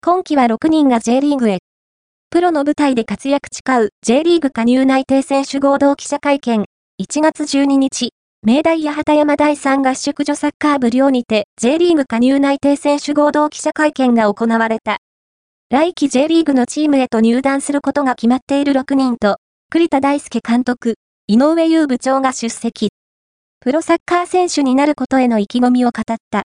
今季は6人が J リーグへ。プロの舞台で活躍誓う J リーグ加入内定選手合同記者会見。1月12日、明大八幡山第3合宿所サッカー部寮にて J リーグ加入内定選手合同記者会見が行われた。来季 J リーグのチームへと入団することが決まっている6人と、栗田大輔監督、井上優部長が出席。プロサッカー選手になることへの意気込みを語った。